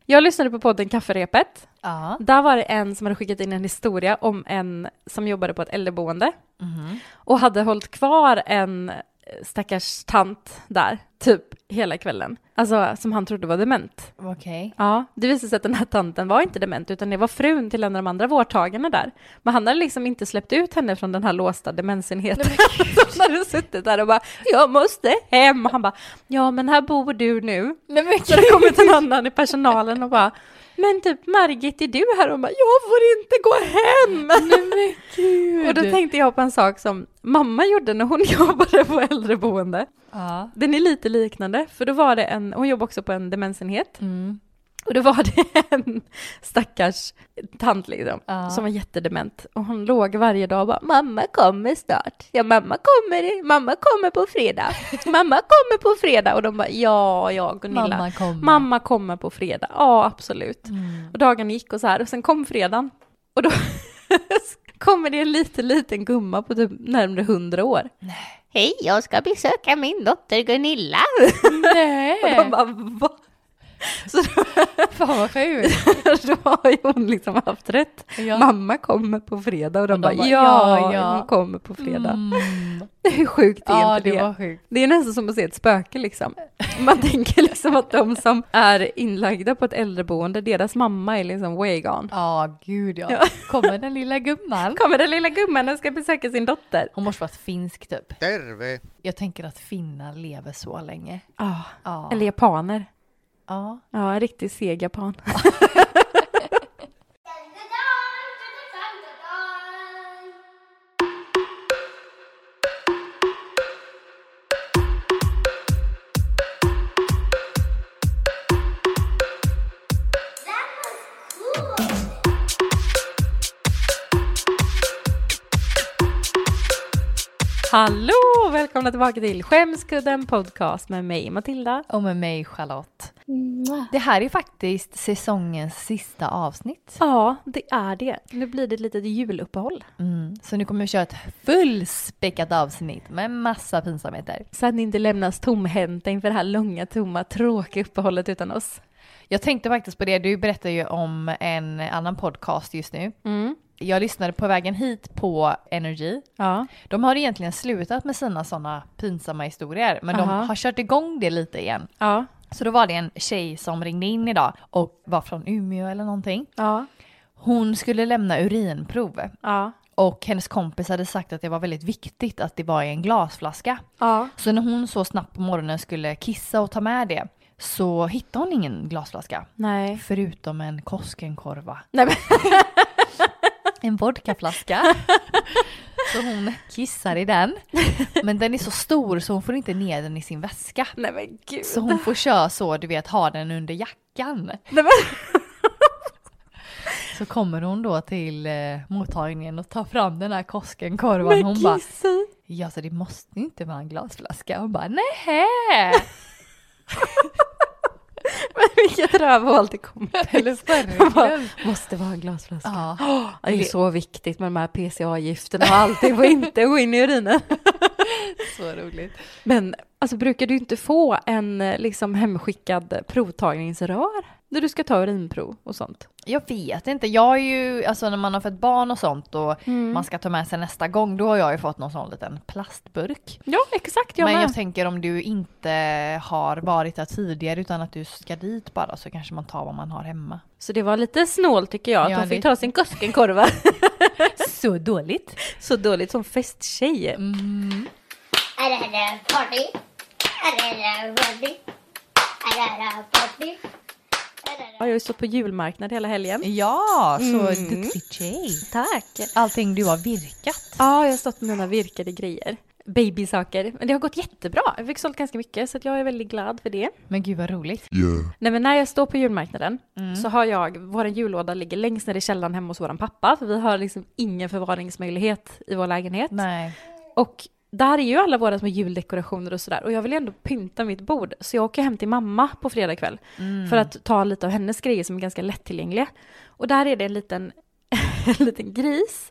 Jag lyssnade på podden Kafferepet. Ja. Där var det en som hade skickat in en historia om en som jobbade på ett äldreboende. Och hade hållit kvar en stackars tant där, typ hela kvällen. Alltså som han trodde var dement. Okej. Ja, det visade sig att den här tanten var inte dement utan det var frun till en av de andra vårdtagarna där. Men han hade liksom inte släppt ut henne från den här låsta demensenheten. Så hon hade suttit där och bara, jag måste hem. Och han bara, ja men här bor du nu. Nej, men Så det kommit en annan i personalen och bara, men typ Margit, är du här? Och bara, jag får inte gå hem. Nej men gud. Och då tänkte jag på en sak som mamma gjorde när hon jobbade på äldreboende. Ja. Den är lite liknande, för då var det hon jobbade också på en demensenhet. Mm. Och då var det en stackars tant liksom, Ja. som var jättedement. Och hon låg varje dag och bara, mamma kommer snart. Ja, mamma kommer på fredag. Mamma kommer på fredag. Och de bara, ja Gunilla. Mamma kommer på fredag. Ja, absolut. Och dagen gick och så här. Och sen kom fredagen. Och då kommer det en liten gumma på typ närmare 100 år. Nej. Hej, jag ska besöka min dotter Gunilla. Nej. Och de bara, va? Så Fan vad sjukt. då har ju hon liksom haft rätt. Ja. Mamma kommer på fredag. Och de bara, hon kommer på fredag. Hur sjukt är Ja, inte det? det var sjukt. Det är nästan som att se ett spöke liksom. Man tänker liksom att de som är inlagda på ett äldreboende, deras mamma är liksom way gone. Ja, gud ja. Kommer den lilla gumman? Kommer den lilla gumman och ska besöka sin dotter? Hon måste vara finsk typ. Terve. Jag tänker att finnar lever så länge. Ja. Eller japaner. Ja. Ja, en riktigt seg japan. Hallå! Välkomna tillbaka till Skämskudden podcast med mig Matilda. Och med mig Charlotte. Det här är faktiskt säsongens sista avsnitt. Ja, det är det. Nu blir det ett litet juluppehåll. Så nu kommer vi köra ett fullspäckat avsnitt med massa pinsamheter. Så att ni inte lämnas tomhänta inför det här långa, tomma, tråkiga uppehållet utan oss. Jag tänkte faktiskt på det. Du berättar ju om en annan podcast just nu. Jag lyssnade på vägen hit på Energy. Ja. De har egentligen slutat med sina sådana pinsamma historier. Men de har kört igång det lite igen. Ja. Så då var det en tjej som ringde in idag och var från Umeå eller någonting. Ja. Hon skulle lämna urinprov. Ja. Och hennes kompis hade sagt att det var väldigt viktigt att det var i en glasflaska. Ja. Så när hon så snabbt på morgonen skulle kissa och ta med det så hittade hon ingen glasflaska. Nej. Förutom en Koskenkorva. Nej men. En vodkaflaska. Så hon kissar i den. Men den är så stor så hon får inte ner den i sin väska. Nej men gud. Så hon får köra så, du vet, ha den under jackan. Nej, men. Så kommer hon då till mottagningen och tar fram den här Koskenkorvan. Hon bara, ja så det måste inte vara en glasflaska. Hon bara, nej. Men vilket rövhål det kommer. Eller måste vara en glasflaska. Ja. Det är så viktigt med de här PCA-gifterna och allting. Får inte gå in i urinen. Så roligt. Men alltså, brukar du inte få en liksom hemskickad provtagningsrör när du ska ta urinprov och sånt? Jag vet inte. Jag är ju, alltså när man har fått barn och sånt och man ska ta med sig nästa gång, då har jag ju fått någon sån liten plastburk. Ja, exakt. Men jag tänker om du inte har varit där tidigare utan att du ska dit bara, så kanske man tar vad man har hemma. Så det var lite snål tycker jag, att Ja, hon fick det- ta sin Koskenkorva. Så dåligt. Så dåligt som festtjej. Är det party? Är det party? Är det party? Jag har ju stått på julmarknad hela helgen. Ja, så duktig tjej. Tack. Allting du har virkat. Ja, jag har stått med mina virkade grejer. Babysaker. Men det har gått jättebra. Jag fick sålt ganska mycket så att jag är väldigt glad för det. Men gud vad roligt. Nej, men när jag står på julmarknaden så har vår jullåda ligger längst ner i källaren hemma hos våran pappa. För vi har liksom ingen förvaringsmöjlighet i vår lägenhet. Nej. Och där är ju alla våra små juldekorationer och sådär. Och jag vill ändå pynta mitt bord. Så jag åker hem till mamma på fredag kväll. För att ta lite av hennes grejer som är ganska lättillgängliga. Och där är det en liten gris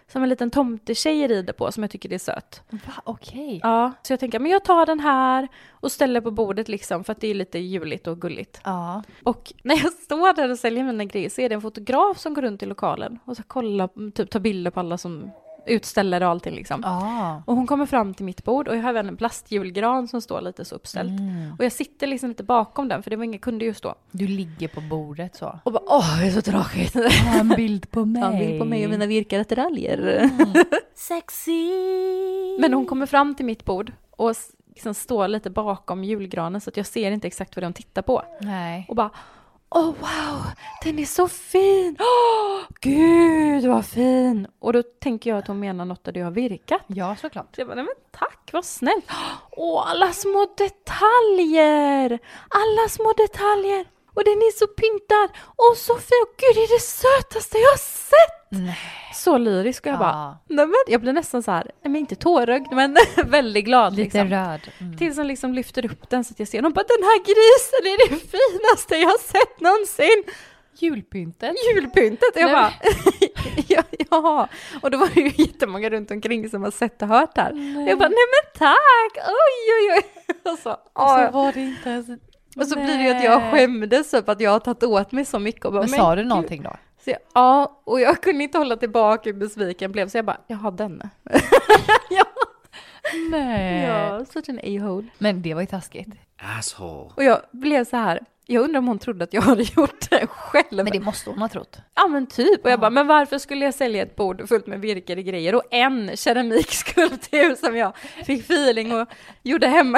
som en liten tomtetjej rider på som jag tycker det är söt. Va? Okej. Ja, så jag tänker, men jag tar den här och ställer på bordet liksom för att det är lite juligt och gulligt. Ja. Och när jag står där och säljer mina grejer så är det en fotograf som går runt i lokalen och så kollar, typ tar bilder på alla som utställer och allting liksom. Och hon kommer fram till mitt bord och jag har även en plastjulgran som står lite så uppställd. Och jag sitter liksom lite bakom den för det var inga kunder just då. Du ligger på bordet så. Och bara, det är så tråkigt. En bild på mig. En bild på mig och mina virkade attiraljer. Sexy! Men hon kommer fram till mitt bord och liksom står lite bakom julgranen så att jag ser inte exakt vad de tittar på. Nej. Och bara, wow, den är så fin. Gud vad fin. Och då tänker jag att hon menar något av det jag har virkat. Ja, såklart. Så jag bara, nej men tack, vad snällt. Alla små detaljer. Alla små detaljer. Och den är så pyntad. Och så fin. Gud, det är det sötaste jag har sett. Nej. Så lyrisk. Och jag bara, nej men jag blir nästan så här, nej men inte tårögd, men väldigt glad. Lite liksom. röd. Tills han liksom lyfter upp den så att jag ser. Och bara, den här grisen är det finaste jag har sett någonsin. Julpyntet. Och jag bara, ja. Och då var det ju jättemånga runt omkring som har sett och hört här. Och jag bara, nej men tack. Oj. Och så var det inte ens... Och så blir det ju att jag skämdes upp att jag har tagit åt mig så mycket. Och bara, men sa du någonting då? Så ja, och jag kunde inte hålla tillbaka hur besviken blev. Så jag bara, jag har den. Ja. Nej. Ja, such an a-hole. Men det var ju taskigt. Asshole. Och jag blev så här, jag undrar om hon trodde att jag hade gjort det själv. Men det måste hon ha trott. Ja men typ. Och jag bara, men varför skulle jag sälja ett bord fullt med virkade grejer och en keramikskulptur som jag fick feeling och gjorde hemma.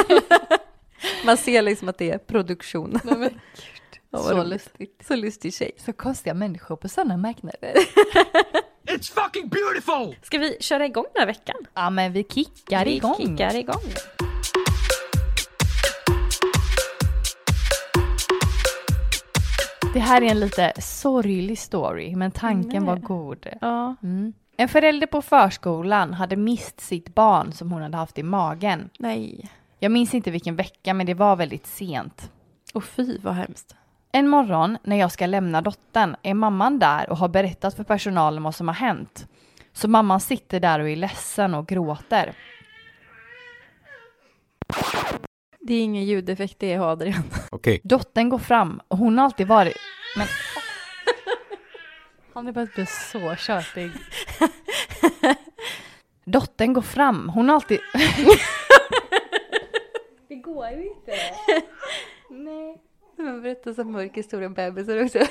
Man ser liksom att det är produktion. Nej, men gud. Så lustigt. Så lustig tjej. Så konstiga människor på sådana marknader. It's fucking beautiful! Ska vi köra igång den här veckan? Ja, men vi kickar igång. Det här är en lite sorglig story, men tanken var god. Ja. En förälder på förskolan hade mist sitt barn som hon hade haft i magen. Nej. Jag minns inte vilken vecka, men det var väldigt sent. Och fy, vad hemskt. En morgon när jag ska lämna dottern är mamman där och har berättat för personalen vad som har hänt. Så mamman sitter där och är ledsen och gråter. Det är ingen ljudeffekt, det är Adrian. Okej. Dottern går fram och hon har alltid varit... Men... Han är bara bli så tjötig. Dottern går fram. Hon har alltid... Det går ju inte. Nej. Man berättar så mörk historia om bebisar också.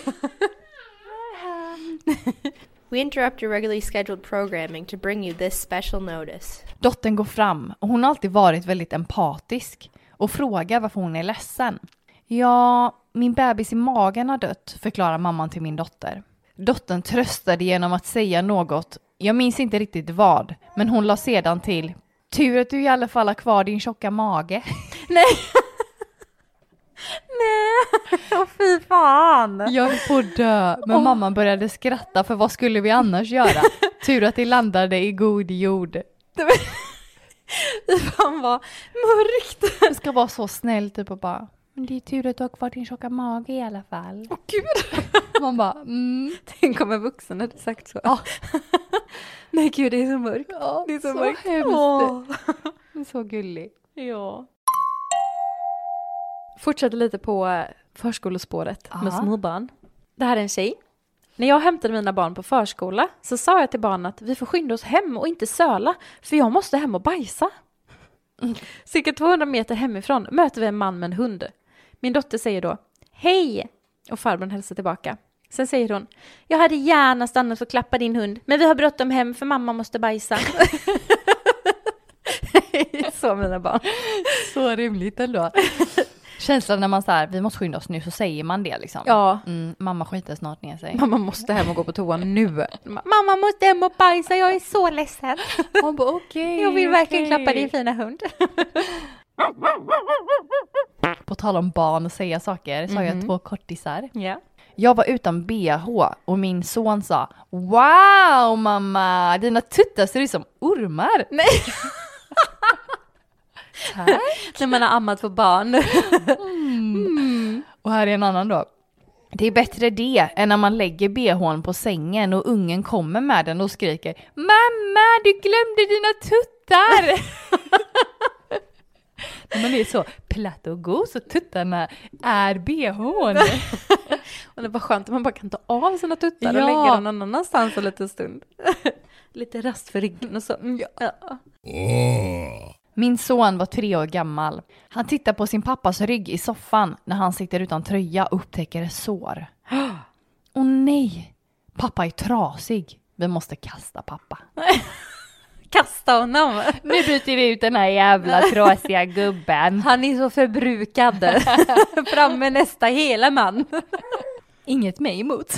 We interrupt your regularly scheduled programming to bring you this special notice. Dottern går fram och hon har alltid varit väldigt empatisk och frågar varför hon är ledsen. Ja, min bebis i magen har dött, förklarar mamman till min dotter. Dottern tröstade genom att säga något, jag minns inte riktigt vad, men hon la sedan till, tur att du i alla fall har kvar din tjocka mage. Nej. Nej, fy fan. Jag är på att dö, men mamman började skratta för vad skulle vi annars göra? Tur att det landade i god jord. Det fan var mörkt. Du ska vara så snäll typ och bara, men det är tur att du har kvar din tjocka mage i alla fall. Åh gud. Man bara, Tänk om en vuxen hade sagt så. Ja. Nej gud, det är så mörkt. Ja, det är så mörkt. Hemskt. Så gullig. Ja. Fortsätter lite på förskolespåret med småbarn. Det här är en tjej. När jag hämtade mina barn på förskola så sa jag till barnen att vi får skynda oss hem och inte söla, för jag måste hem och bajsa. Cirka 200 meter hemifrån möter vi en man med en hund. Min dotter säger då, hej! Och farbrorn hälsar tillbaka. Sen säger hon, jag hade gärna stannat och klappa din hund, men vi har bråttom hem för mamma måste bajsa. Så mina barn. Så rimligt ändå. Känslan när man så här, vi måste skynda oss nu, så säger man det liksom. Ja. Mamma skiter snart ner sig. Mamma måste hem och gå på toan nu. Mamma måste hem och bajsa, jag är så ledsen. Hon bara okej. Jag vill verkligen klappa din fina hund. På tal om barn och säga saker så har jag 2 kortisar. Ja. Jag var utan BH och min son sa, wow mamma, dina tuttar ser ut som ormar. Nej. När man har ammat för barn. Och här är en annan då. Det är bättre det än när man lägger BH:n på sängen och ungen kommer med den och skriker mamma, du glömde dina tuttar! När man är så platt och god så tuttarna är BH:n. Och det var skönt att man bara kan ta av sina tuttar och lägga dem någon annanstans en liten stund. Lite rast för ryggen och så. Ja. Min son var 3 år gammal. Han tittar på sin pappas rygg i soffan när han sitter utan tröja och upptäcker ett sår. Åh nej, pappa är trasig. Vi måste kasta pappa. Kasta honom. Nu byter vi ut den här jävla trasiga gubben. Han är så förbrukad. Fram med nästa hela man. Inget mig emot.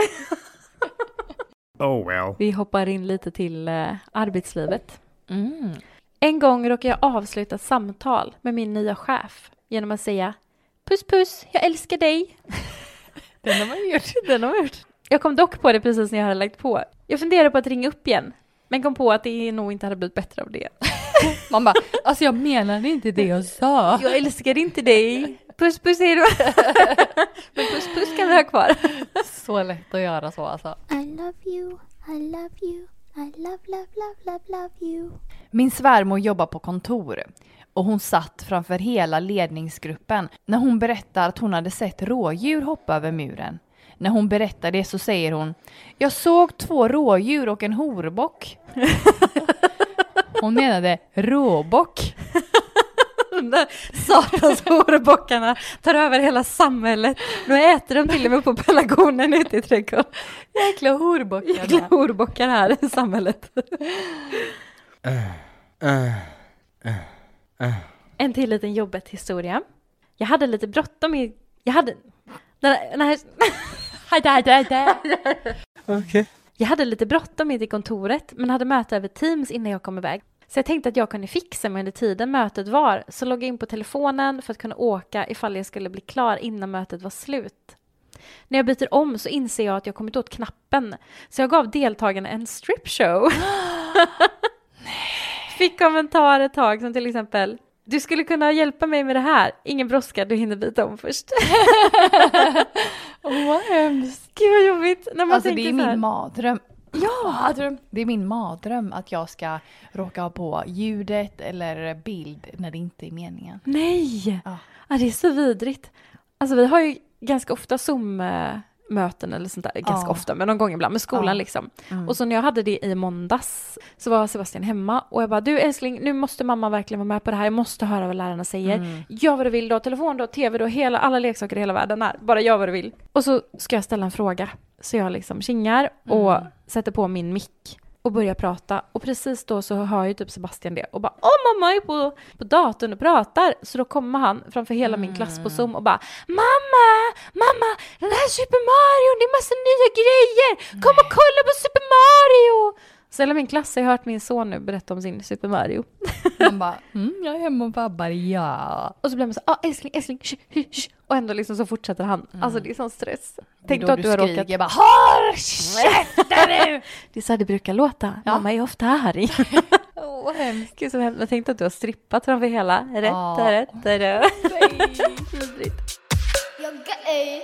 Oh well. Vi hoppar in lite till arbetslivet. En gång råkade jag avsluta ett samtal med min nya chef genom att säga puss puss, jag älskar dig. Den har man gjort. Den har man gjort. Jag kom dock på det precis när jag hade lagt på. Jag funderade på att ringa upp igen. Men kom på att det nog inte hade blivit bättre av det. Man bara, alltså jag menade inte det jag sa. Jag älskar inte dig. Puss puss är du. Men puss puss kan vi ha kvar. Så lätt att göra så alltså. I love you, I love you, I love, love, love, love, love you. Min svärmor jobbar på kontor. Och hon satt framför hela ledningsgruppen när hon berättar att hon hade sett rådjur hoppa över muren. När hon berättar det så säger hon, jag såg 2 rådjur och en horbock. Hon menade råbock. De där satans horbockarna tar över hela samhället. Nu äter de till och med på pelargonen ute i trädgården. Jäkla horbockar. Jäkla horbockar här i samhället. En till liten jobbet historia. Jag hade lite bråttom i... Jag hade... Okay. Jag hade lite bråttom in till kontoret men hade möte över Teams innan jag kom iväg. Så jag tänkte att jag kunde fixa mig under tiden mötet var. Så loggade in på telefonen för att kunna åka ifall jag skulle bli klar innan mötet var slut. När jag byter om så inser jag att jag kommit åt knappen. Så jag gav deltagarna en stripshow. Fick kommentarer ett tag som till exempel: du skulle kunna hjälpa mig med det här. Ingen brådska, du hinner byta om först. Vad hemskt. Gud vad jobbigt. När man Alltså det är min mardröm. Ja, det är min mardröm att jag ska råka ha på ljudet eller bild när det inte är meningen. Nej, Ja. det är så vidrigt. Alltså vi har ju ganska ofta Zoom-möten eller sånt där. Ganska ofta, men någon gång ibland med skolan liksom. Och så när jag hade det i måndags så var Sebastian hemma och jag bara, du älskling, nu måste mamma verkligen vara med på det här. Jag måste höra vad lärarna säger. Gör vad du vill då, telefon då, tv då, alla leksaker i hela världen här. Bara gör vad du vill. Och så ska jag ställa en fråga. Så jag liksom kingar och sätter på min mick och börjar prata. Och precis då så hör ju typ Sebastian det och bara, mamma är på datorn och pratar. Så då kommer han framför hela min klass på Zoom och bara, mamma, den här Super Mario, det är massa nya grejer. Kom och kolla på Super Mario. Så hela min klass har hört min son nu berätta om sin Super Mario. Man bara, jag är hemma och babbar, ja. Och så blir man så, älskling, sh. Och ändå liksom så fortsätter han. Alltså det är sån stress. Tänk då då att du har skriker, råkat... jag bara, håll käften nu! Det är så här det brukar låta. Ja. Mamma är ofta arg. Åh, hemskt. Gud så hemskt. Jag tänkte att du har strippat framför hela. Rätt. Jag gay.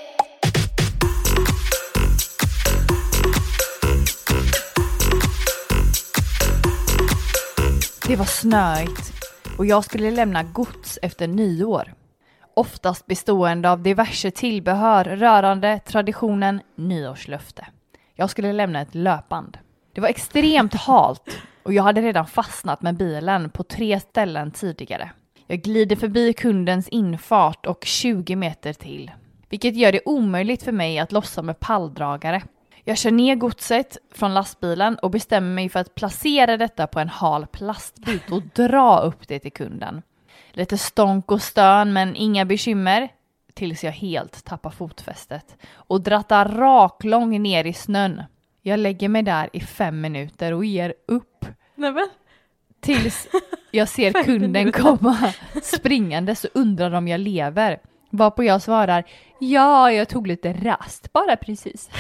Det var snöigt och jag skulle lämna gods efter nyår. Oftast bestående av diverse tillbehör rörande traditionen nyårslöfte. Jag skulle lämna ett löpband. Det var extremt halt och jag hade redan fastnat med bilen på 3 ställen tidigare. Jag glider förbi kundens infart och 20 meter till. Vilket gör det omöjligt för mig att lossa med palldragare. Jag kör ner godset från lastbilen och bestämmer mig för att placera detta på en hal plastbit och dra upp det till kunden. Lite stånk och stön men inga bekymmer tills jag helt tappar fotfästet och drattar raklång ner i snön. Jag lägger mig där i 5 minuter och ger upp. Nämen. Tills jag ser kunden komma springande så undrar om jag lever. Varpå jag svarar, ja jag tog lite rast bara precis.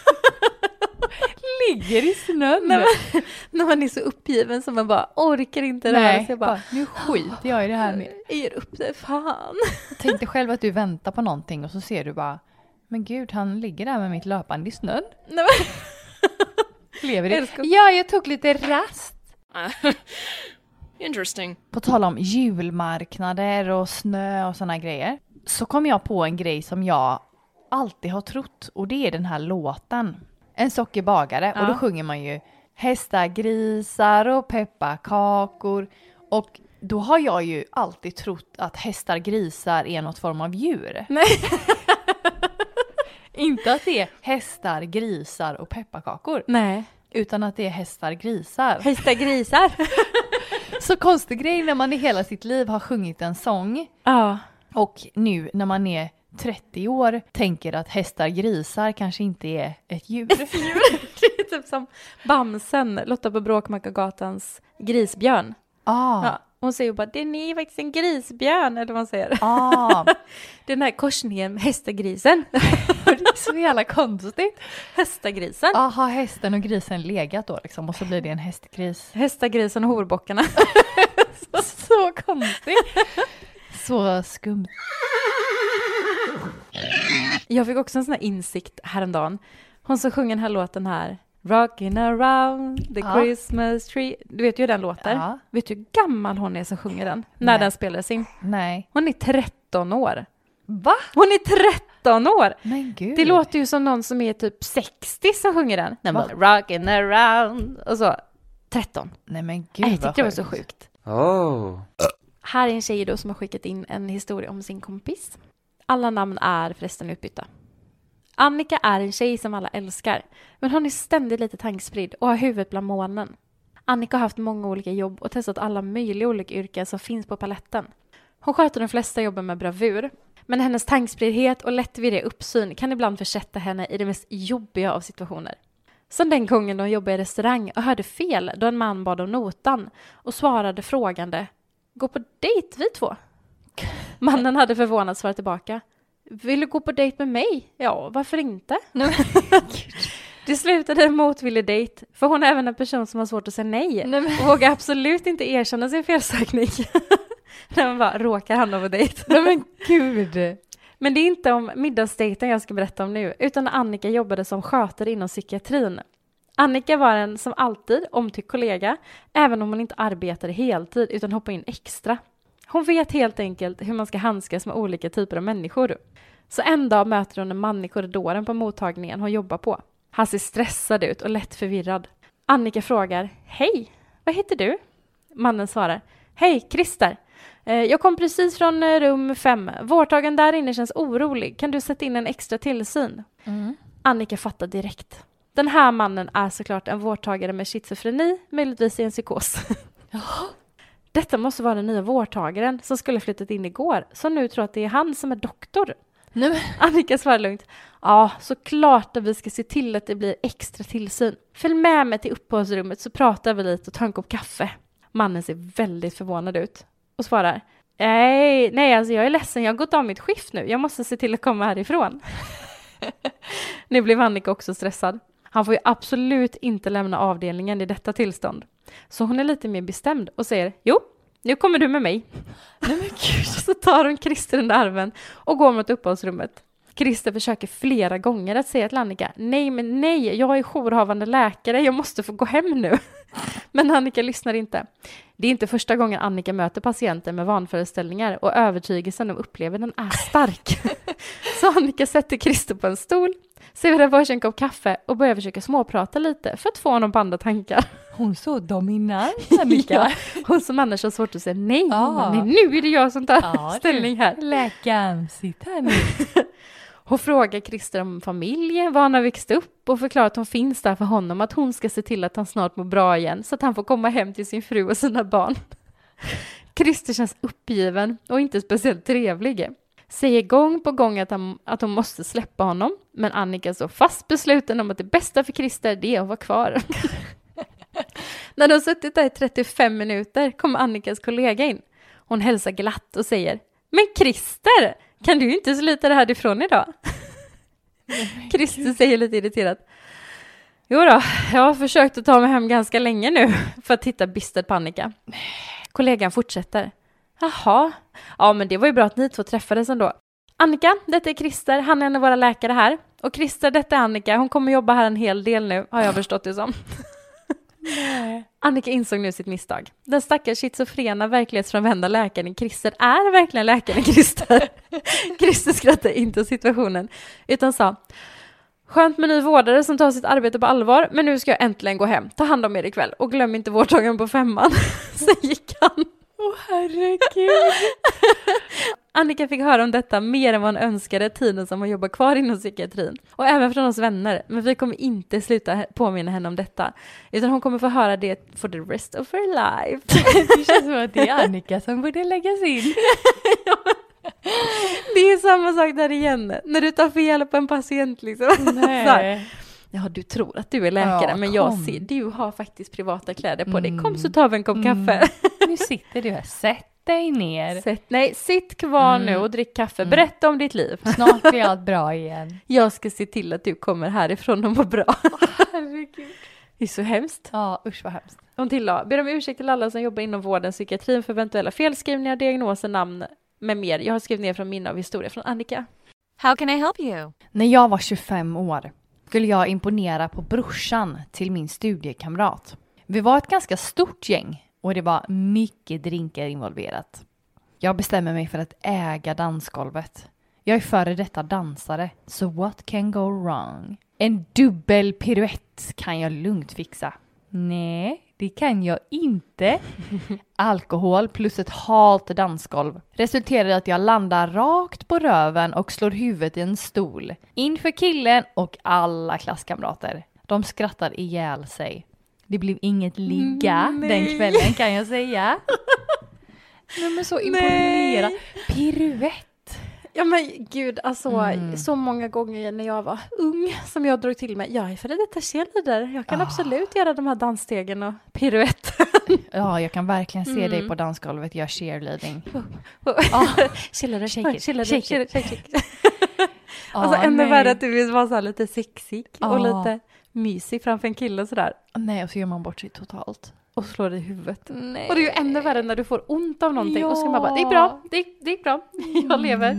Ligger i snön. När man är så uppgiven som man bara orkar inte röra sig. Bara, nu skiter jag i det här med. Jag ger upp det, fan. Tänk dig själv att du väntar på någonting och så ser du bara, Men gud, han ligger där med mitt löpande i snön. Nej, Lever det? Ja, jag tog lite rast. Interesting. På tal om julmarknader och snö och såna grejer, så kom jag på en grej som jag alltid har trott, och det är den här låten. En sockerbagare, och då sjunger man ju hästar, grisar och pepparkakor. Och då har jag ju alltid trott att hästar, grisar är något form av djur. Nej. Inte att det är hästar, grisar och pepparkakor. Nej. Utan att det är hästar, grisar. Hästar, grisar. Så konstig grej när man i hela sitt liv har sjungit en sång. Ja. Och nu när man är 30 år tänker att hästar, grisar kanske inte är ett djur. Det är typ som Bamsen, Lotta på Bråkmakargatans grisbjörn. Ja, hon säger ju bara, det är faktiskt en grisbjörn, eller vad man säger. Den här korsningen med hästagrisen. Det är så jävla konstigt. Hästagrisen. Ja, har hästen och grisen legat då liksom, och så blir det en hästgris. Hästagrisen och horbockarna. Så konstigt. Så skumt. Jag fick också en sån här insikt häromdagen. Hon som sjunger den här låten här. Rocking around the Christmas tree. Du vet ju hur den låter. Ja. Vet du hur gammal hon är som sjunger den? När den spelades in? Nej. Hon är 13 år. Va? Hon är 13 år! Men gud. Det låter ju som någon som är typ 60 som sjunger den. Den bara rocking around. Och så 13. Nej men gud, jag tyckte det var så sjukt. Oh. Här är en tjej då som har skickat in en historia om sin kompis. Alla namn är förresten utbytta. Annika är en tjej som alla älskar. Men hon är ständigt lite tankspridd och har huvudet bland molnen. Annika har haft många olika jobb och testat alla möjliga olika yrken som finns på paletten. Hon sköter de flesta jobben med bravur. Men hennes tankspriddhet och lättvirriga uppsyn kan ibland försätta henne i det mest jobbiga av situationer. Som den gången då hon jobbade i restaurang och hörde fel då en man bad om notan och svarade frågande: gå på dejt vi två? Mannen hade förvånat svarat tillbaka: vill du gå på dejt med mig? Ja, varför inte? Det slutade en motvillig dejt, för hon är även en person som har svårt att säga nej. Och vågar absolut inte erkänna sin felsökning. När man bara råkar hamna på dejt. Nej men gud. Men det är inte om middagsdejten jag ska berätta om nu, utan när Annika jobbade som skötare inom psykiatrin. Annika var en som alltid omtyckt kollega, även om hon inte arbetade heltid utan hoppade in extra. Hon vet helt enkelt hur man ska handskas med olika typer av människor. Så en dag möter hon en man i korridoren på mottagningen hon jobbar på. Han ser stressad ut och lätt förvirrad. Annika frågar: hej, vad heter du? Mannen svarar: hej, Christer. Jag kom precis från rum 5. Vårdtagen där inne känns orolig. Kan du sätta in en extra tillsyn? Annika fattar direkt. Den här mannen är såklart en vårdtagare med schizofreni, möjligtvis i en psykos. Detta måste vara den nya vårdtagaren som skulle flyttat in igår, som nu tror att det är han som är doktor. Annika svarar lugnt: ja, såklart att vi ska se till att det blir extra tillsyn. Följ med mig till uppehållsrummet så pratar vi lite och tar en kopp kaffe. Mannen ser väldigt förvånad ut och svarar: nej, alltså jag är ledsen, jag har gått av mitt skift nu. Jag måste se till att komma härifrån. Nu blev Annika också stressad. Han får ju absolut inte lämna avdelningen i detta tillstånd. Så hon är lite mer bestämd och säger: jo, nu kommer du med mig. Nej men gud. Så tar hon Christer under armen och går mot uppehållsrummet. Christer försöker flera gånger att säga till Annika: nej, jag är jourhavande läkare, jag måste få gå hem nu. Men Annika lyssnar inte. Det är inte första gången Annika möter patienter med vanföreställningar och övertygelsen de upplever den är stark. Så Annika sätter Christer på en stol, serverar varsin kopp kaffe och börjar försöka småprata lite för att få honom på andra tankar. Hon så dominant, Annika. Ja, hon som annars har svårt att säga nej. Nej, nu är det jag som tar ställning här. Läkaren, sitt här nu. Hon frågar Christer om familjen, var han har växt upp och förklarar att hon finns där för honom, att hon ska se till att han snart mår bra igen så att han får komma hem till sin fru och sina barn. Christer känns uppgiven och inte speciellt trevlig. Säger gång på gång att hon måste släppa honom, men Annika är så fast besluten om att det bästa för Christer det är att vara kvar. När de har suttit där i 35 minuter kommer Annikas kollega in. Hon hälsar glatt och säger: men Christer, kan du inte slita det här ifrån idag? Christer säger lite irriterat: jo då, jag har försökt att ta mig hem ganska länge nu, för att titta bistert på Annika. Kollegan fortsätter: jaha, ja men det var ju bra att ni två träffades ändå. Annika, detta är Christer, han är en av våra läkare här. Och Christer, detta är Annika, hon kommer jobba här en hel del nu, har jag förstått det som. Nej. Annika insåg nu sitt misstag. Den stackars schizofrena verklighetsfrånvända läkaren Christer är verkligen läkaren Christer. Christer skrattade inte åt situationen, utan sa: skönt med ny vårdare som tar sitt arbete på allvar, men nu ska jag äntligen gå hem. Ta hand om er ikväll och glöm inte vårdtagaren på 5:an. Sen gick han. Herregud. Annika fick höra om detta mer än vad hon önskade tiden som hon jobbar kvar inom psykiatrin. Och även från oss vänner. Men vi kommer inte sluta påminna henne om detta. Utan hon kommer få höra det for the rest of her life. Det känns som att det är Annika som borde läggas in. Det är samma sak där igen. När du tar fel på en patient liksom. Nej. Ja, du tror att du är läkare, men jag ser, du har faktiskt privata kläder på dig. Kom så tar vi en kopp kaffe. Nu sitter du här, sätt dig ner. Sitt kvar nu och drick kaffe. Berätta om ditt liv. Snart blir allt bra igen. Jag ska se till att du kommer härifrån och mår bra. Herregud. Det är så hemskt. Ja, usch vad hemskt. Hon tillade: ber om ursäkt till alla som jobbar inom vården, psykiatrin för eventuella felskrivningar, diagnoser, namn med mer. Jag har skrivit ner från minne av historia från Annika. How can I help you? När jag var 25 år skulle jag imponera på brorsan till min studiekamrat. Vi var ett ganska stort gäng och det var mycket drinkar involverat. Jag bestämmer mig för att äga dansgolvet. Jag är före detta dansare, så what can go wrong? En dubbel piruett kan jag lugnt fixa. Nej, det kan jag inte. Alkohol plus ett halt dansgolv resulterar i att jag landar rakt på röven och slår huvudet i en stol. Inför killen och alla klasskamrater. De skrattar ihjäl sig. Det blev inget ligga den kvällen kan jag säga. Nej, men så imponerad. Piruett. Ja men gud, alltså så många gånger när jag var ung som jag drog till mig. Jag är för detta cheerleader. Jag kan absolut göra de här dansstegen och piruetten. Ja, jag kan verkligen se dig på dansgolvet göra cheerleading. Shake. Alltså ännu värre att du vill vara så här lite sexig och lite mysig framför en kille och sådär. Nej, och så gör man bort sig totalt. Och slår dig i huvudet. Nej. Och det är ju ännu värre när du får ont av någonting. Och så kan man bara, det är bra, det är bra. Jag lever.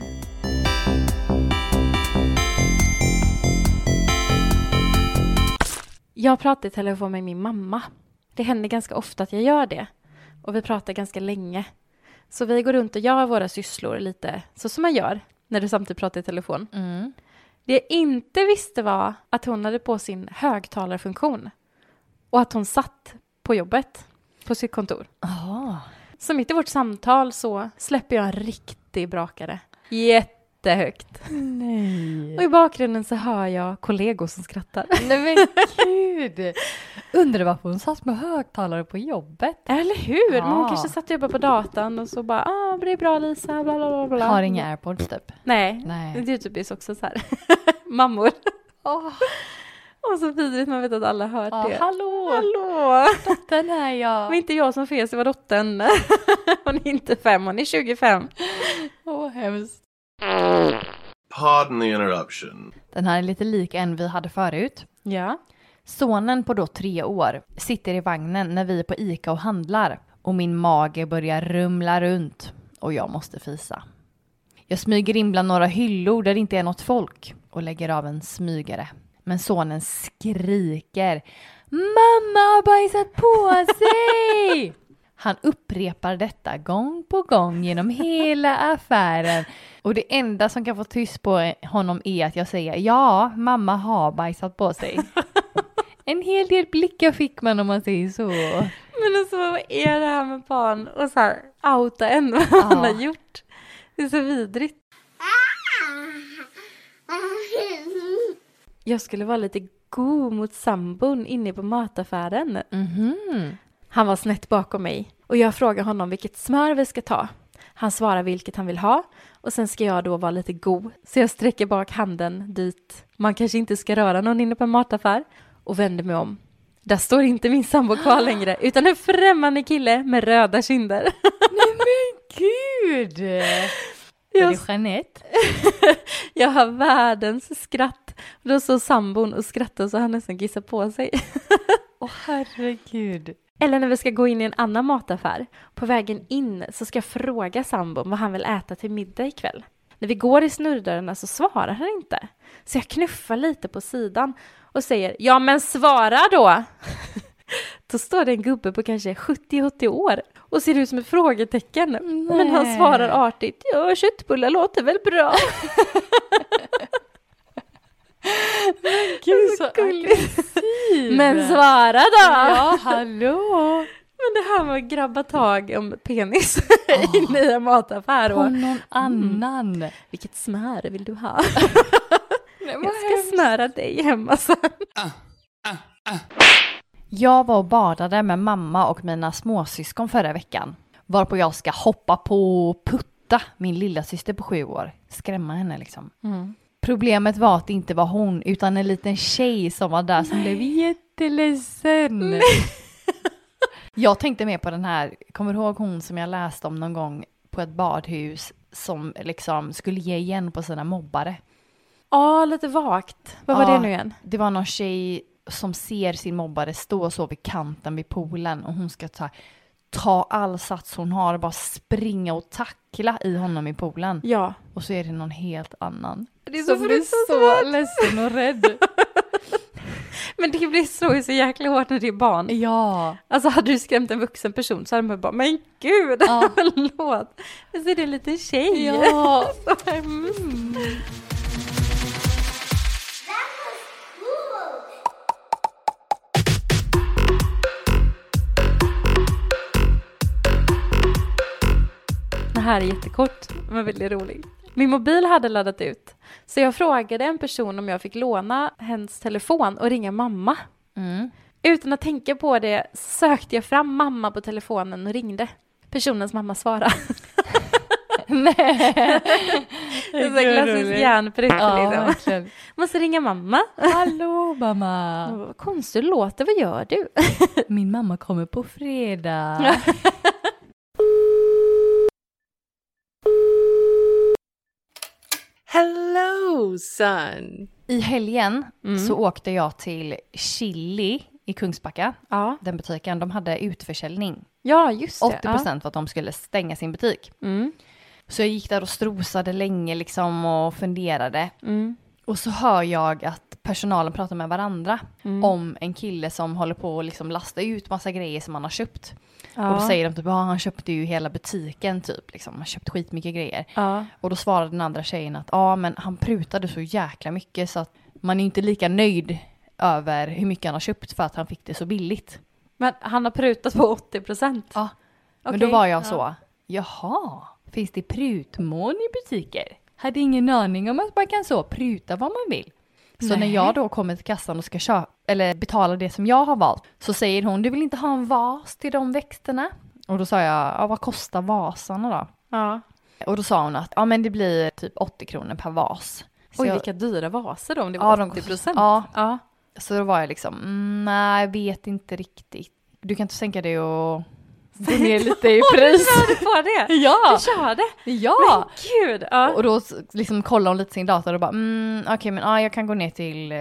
Jag pratar i telefon med min mamma. Det händer ganska ofta att jag gör det. Och vi pratar ganska länge. Så vi går runt och gör våra sysslor lite så som man gör när du samtidigt pratar i telefon. Det jag inte visste var att hon hade på sin högtalarfunktion. Och att hon satt på jobbet, på sitt kontor. Så mitt i vårt samtal så släpper jag en riktig brakare. Jättehögt. Nej. Och i bakgrunden så hör jag kollegor som skrattar. Nej men gud. Undrar varför hon satt med högtalare på jobbet. Eller hur? Men hon kanske satt och jobbade på datan och så bara, det är bra Lisa, bla bla bla. Har inga AirPods typ. Nej. Det är typ också så här. Mammor. Och så vidrigt, man vet att alla har hört det. Hallå! Dottern här, ja. Men inte jag som fes, det var dottern. Hon är inte 5, hon är 25. Hemskt. Pardon the interruption. Den här är lite lik en vi hade förut. Ja. Sonen på då 3 år sitter i vagnen när vi är på Ica och handlar. Och min mage börjar rumla runt. Och jag måste fisa. Jag smyger in bland några hyllor där det inte är något folk. Och lägger av en smygare. Men sonen skriker: mamma har bajsat på sig! Han upprepar detta gång på gång genom hela affären. Och det enda som kan få tyst på honom är att jag säger: ja, mamma har bajsat på sig. En hel del blickar fick man om man säger så. Men alltså, vad är det här med barn? Och så här, outa en vad han har gjort. Det är så vidrigt. Jag skulle vara lite god mot sambon inne på mataffären. Han var snett bakom mig. Och jag frågar honom vilket smör vi ska ta. Han svarar vilket han vill ha. Och sen ska jag då vara lite god. Så jag sträcker bak handen dit man kanske inte ska röra någon inne på en mataffär. Och vänder mig om. Där står inte min sambo kvar längre. Utan en främmande kille med röda kinder. Nej men gud! Är det Jeanette? Jag har världens skratt. Då så sambon och skrattar så han nästan gissar på sig. Herregud. Eller när vi ska gå in i en annan mataffär. På vägen in så ska jag fråga sambon vad han vill äta till middag ikväll. När vi går i snurrdörrarna så svarar han inte. Så jag knuffar lite på sidan och säger, ja men svara då! Då står det en gubbe på kanske 70-80 år och ser ut som ett frågetecken. Nej. Men han svarar artigt, ja köttbullar låter väl bra. Men gud så aggressiv. Men svara då! Ja, hallå! Men det här med att grabba tag om penis inne i en mataffär. Och någon annan. Vilket smör vill du ha? Jag ska smöra dig hemma sen. Jag var och badade med mamma och mina småsyskon förra veckan. Varpå jag ska hoppa på Putta, min lilla syster på 7 år. Skrämma henne liksom. Problemet var att det inte var hon utan en liten tjej som var där som blev jätteledsen. Jag tänkte mer på den här, kommer du ihåg hon som jag läste om någon gång på ett badhus som liksom skulle ge igen på sina mobbare? Ja, lite vagt. Vad var det nu igen? Det var någon tjej som ser sin mobbare stå och så vid kanten vid poolen och hon ska ta all sats hon har och bara springa och tackla i honom i poolen. Ja. Och så är det någon helt annan. Det är som blir så ledsen och rädd. Men det blir så jäkla hårt när det är barn. Ja. Alltså hade du skrämt en vuxen person så hade man bara, men gud, förlåt. Men så är det en liten tjej. Ja. Det här är jättekort, men väldigt roligt. Min mobil hade laddat ut. Så jag frågade en person om jag fick låna hennes telefon och ringa mamma. Utan att tänka på det sökte jag fram mamma på telefonen och ringde. Personens mamma svarade. Nej. Det är så klassisk hjärnprytt. Ja, liksom. Måste ringa mamma. Hallå mamma. Vad konstigt låter, vad gör du? Min mamma kommer på fredag. Hello, son. I helgen så åkte jag till Chili i Kungsbacka. Ja. Den butiken, de hade utförsäljning. Ja, just det. 80% för att de skulle stänga sin butik. Så jag gick där och strosade länge liksom och funderade. Och så hör jag att personalen pratar med varandra om en kille som håller på att liksom lasta ut massa grejer som han har köpt. Och då säger de typ, han köpte ju hela butiken typ, liksom. Han köpt skitmycket grejer. Och då svarade den andra tjejen att men han prutade så jäkla mycket så att man är inte lika nöjd över hur mycket han har köpt för att han fick det så billigt. Men han har prutat på 80%? Ja, men då var jag så, jaha, finns det prutmån i butiker? Hade ingen aning om att man kan så pruta vad man vill. Så när jag då kommer till kassan och ska betala det som jag har valt, så säger hon, du vill inte ha en vas till de växterna? Och då sa jag, vad kostar vasarna då? Ja. Och då sa hon att men det blir typ 80 kronor per vas. Så oj, vilka dyra vaser då, om det var 80%? Ja. Så då var jag liksom, nej, jag vet inte riktigt. Du kan inte tänka dig att gå ner lite i pris. Du får det? Ja. Du kör det? Ja. Men gud. Ja. Och då liksom kollade hon lite sin dator och bara, okej, men jag kan gå ner till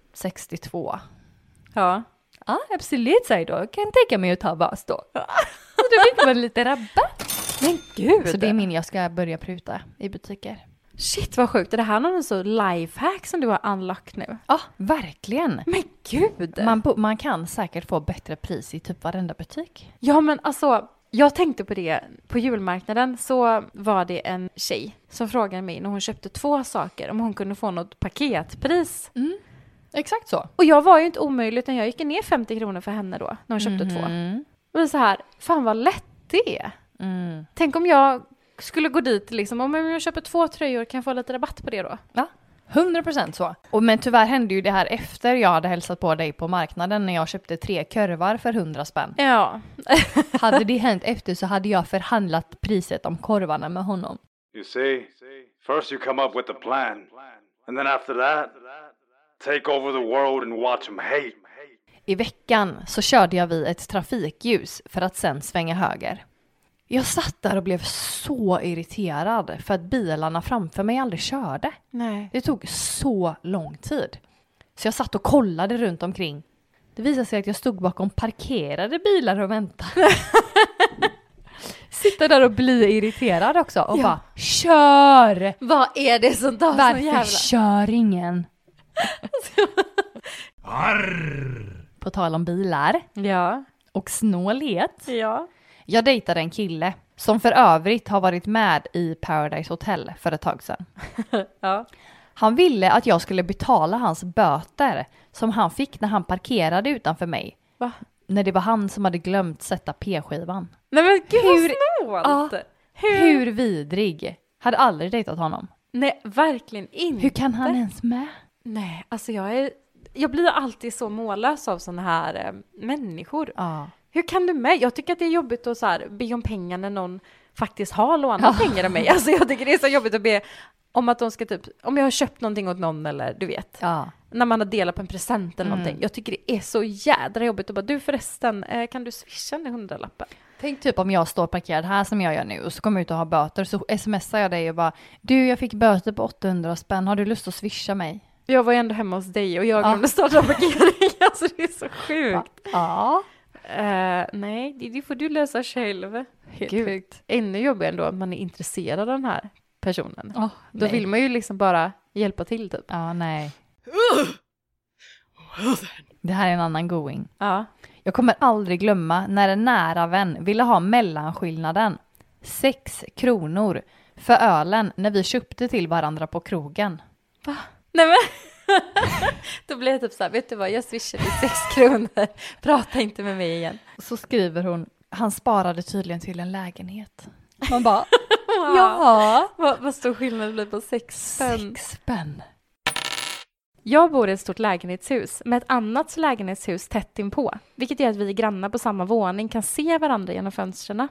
62. Ja. Ja, absolut, säger då. Kan tänka mig att ta vas då. Så då fick man lite rabatt. Men gud. Så det är jag ska börja pruta i butiker. Shit, vad sjukt. Är det här någon så lifehack som du har unlockat nu? Ja, verkligen. Men gud. Man kan säkert få bättre pris i typ varenda butik. Ja, men alltså, jag tänkte på det. På julmarknaden så var det en tjej som frågade mig när hon köpte 2 saker om hon kunde få något paketpris. Exakt så. Och jag var ju inte omöjlig, utan jag gick ner 50 kronor för henne då när hon köpte 2. Och det är så här, fan vad lätt det är. Tänk om jag skulle gå dit liksom, om jag köper 2 tröjor, kan jag få lite rabatt på det då? Ja, 100% så. Men tyvärr hände ju det här efter jag hade hälsat på dig på marknaden när jag köpte 3 korvar för 100 spänn. Ja. Hade det hänt efter så hade jag förhandlat priset om korvarna med honom. You see, first you come up with a plan, and then after that, take over the world and watch them hate. I veckan så körde jag vid ett trafikljus för att sen svänga höger. Jag satt där och blev så irriterad för att bilarna framför mig aldrig körde. Nej. Det tog så lång tid. Så jag satt och kollade runt omkring. Det visade sig att jag stod bakom parkerade bilar och väntade. Sitter där och blir irriterad också och bara kör! Vad är det som tar Varför sån jävla... kör ingen? På tal om bilar Ja. och snålhet. Ja. Jag dejtade en kille som för övrigt har varit med i Paradise Hotel för ett tag sedan. Ja. Han ville att jag skulle betala hans böter som han fick när han parkerade utanför mig. Va? När det var han som hade glömt sätta p-skivan. Nej men gud Hur- vad snålt! Ja. Hur vidrig? Hade aldrig dejtat honom. Nej, verkligen inte. Hur kan han ens med? Nej, alltså jag blir alltid så mållös av såna här människor. Ja. Hur kan du med? Jag tycker att det är jobbigt att så här, be om pengar när någon faktiskt har lånat pengar av mig. Alltså jag tycker det är så jobbigt att be om att de ska typ, om jag har köpt någonting åt någon eller du vet. Ja. När man har delat på en present eller någonting. Jag tycker det är så jädra jobbigt att bara, du förresten, kan du swisha den 100-lappen? Tänk typ om jag står parkerad här som jag gör nu och så kommer jag ut och har böter så smsar jag dig och bara du, jag fick böter på 800 spänn, har du lust att swisha mig? Jag var ändå hemma hos dig och jag glömde starta parkering. Alltså det är så sjukt. Ja. Nej, det får du lösa själv. Helt Gud, sjukt. ännu jobbigare ändå att man är intresserad av den här personen. Oh, Då vill man ju liksom bara hjälpa till typ. Ja, nej. Det här är en annan going. Ja. Jag kommer aldrig glömma när en nära vän ville ha mellanskillnaden 6 kronor för ölen när vi köpte till varandra på krogen. Va? Nej men, då blir jag typ så här, vet du vad, jag swishar dig 6 kronor. Prata inte med mig igen. Så skriver hon, han sparade tydligen till en lägenhet. Man bara, Wow. ja. Vad stor skillnad det blir på 6 spänn. 6 spänn. Jag bor i ett stort lägenhetshus med ett annat lägenhetshus tätt inpå. Vilket gör att vi grannar på samma våning kan se varandra genom fönstren.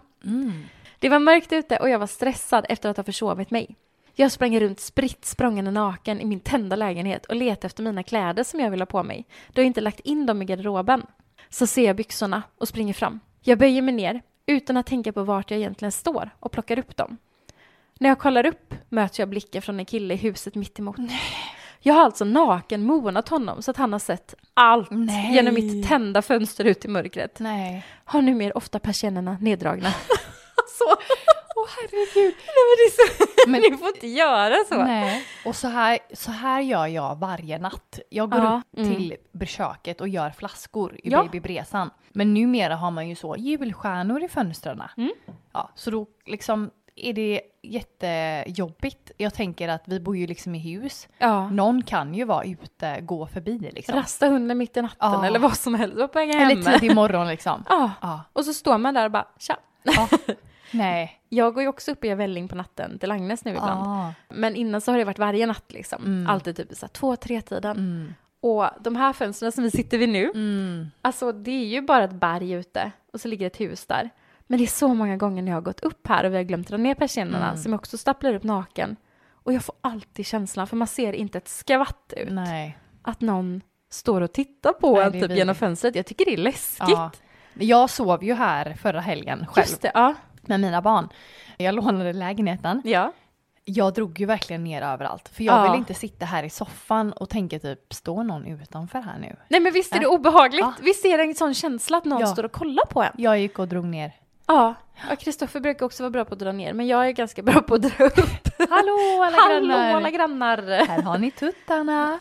Det var mörkt ute och jag var stressad efter att ha försovit mig. Jag sprang runt spritt språngande naken i min tända lägenhet och letade efter mina kläder som jag ville ha på mig. Då jag inte lagt in dem i garderoben. Så ser jag byxorna och springer fram. Jag böjer mig ner utan att tänka på vart jag egentligen står och plockar upp dem. När jag kollar upp möter jag blicken från en kille i huset mitt emot. Jag har alltså naken monat honom så att han har sett allt genom mitt tända fönster ut i mörkret. Nej. Har nu mer ofta persiennerna neddragna. Så. Åh herregud. Nej, men det är så. Men ni får inte göra så. Nej. Och så här gör jag varje natt. Jag går upp till köket och gör flaskor i babybresan. Men numera har man ju så julstjärnor i fönstren. Ja, så då liksom är det jättejobbigt. Jag tänker att vi bor ju liksom i hus. Ja. Någon kan ju vara ute, gå förbi liksom. Rasta hunden mitt i natten eller vad som helst. Var på väg hem. Eller tidig morgon liksom. Ja. Och så står man där och bara, tja. Ja. Nej. Jag går ju också upp i välling på natten till Agnes nu ibland. Men innan så har det varit varje natt liksom. Alltid typ så 2-3 tiden. Och de här fönstren som vi sitter vid nu. Alltså det är ju bara ett berg ute. Och så ligger ett hus där. Men det är så många gånger när jag har gått upp här och vi har glömt dra ner persiennerna som jag också stapplar upp naken. Och jag får alltid känslan, för man ser inte ett skvatt ut. Nej. Att någon står och tittar på en typ genom fönstret. Jag tycker det är läskigt. Ja. Jag sov ju här förra helgen själv. Just det, med mina barn. Jag lånade lägenheten. Ja. Jag drog ju verkligen ner överallt. För jag vill inte sitta här i soffan och tänka typ, står någon utanför här nu? Nej men visst är det obehagligt? Visst är det en sån känsla att någon står och kollar på en? Jag gick och drog ner. Ja, Kristoffer brukar också vara bra på att dra ner. Men jag är ganska bra på att dra upp. Hallå alla grannar! Hallå alla grannar! Här har ni tuttarna.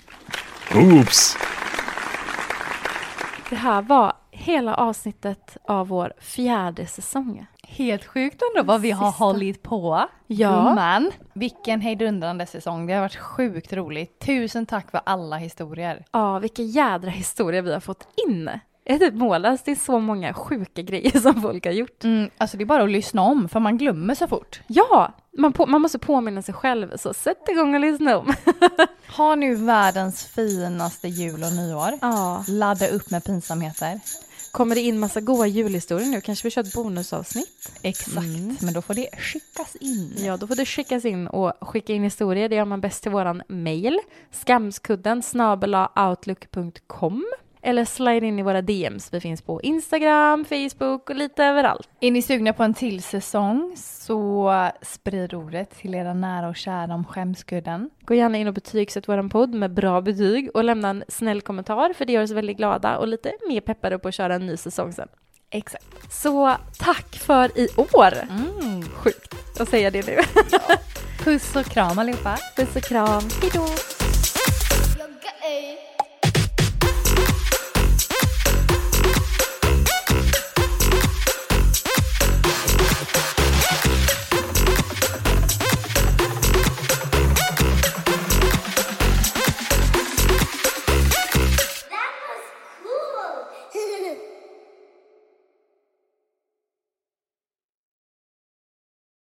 Oops. Det här var hela avsnittet av vår 4:e säsong. Helt sjukt ändå vad vi har hållit på. Ja. Men vilken hejdundrande säsong. Det har varit sjukt roligt. Tusen tack för alla historier. Ja, vilka jädra historier vi har fått in. Jag är typ mållös. Det är så många sjuka grejer som folk har gjort. Alltså det är bara att lyssna om för man glömmer så fort. Ja, man måste påminna sig själv. Så sätt igång och lyssna om. Ha nu världens finaste jul och nyår. Ja. Ladda upp med pinsamheter. Kommer det in massa goda julhistorier nu? Kanske vi kör ett bonusavsnitt? Exakt, men då får det skickas in. Ja, då får det skickas in och skicka in historier. Det gör man bäst till våran mail. skamskudden@outlook.com. Eller slide in i våra DMs. Vi finns på Instagram, Facebook och lite överallt. Är ni sugna på en till säsong så sprid ordet till era nära och kära om Skämskudden. Gå gärna in och betygsätt våran podd med bra betyg och lämna en snäll kommentar, för det gör oss väldigt glada och lite mer peppade på att köra en ny säsong sen. Exakt. Så tack för i år. Sjukt att säga det nu. Puss och kram allihopa. Puss och kram. Hejdå. You're gay.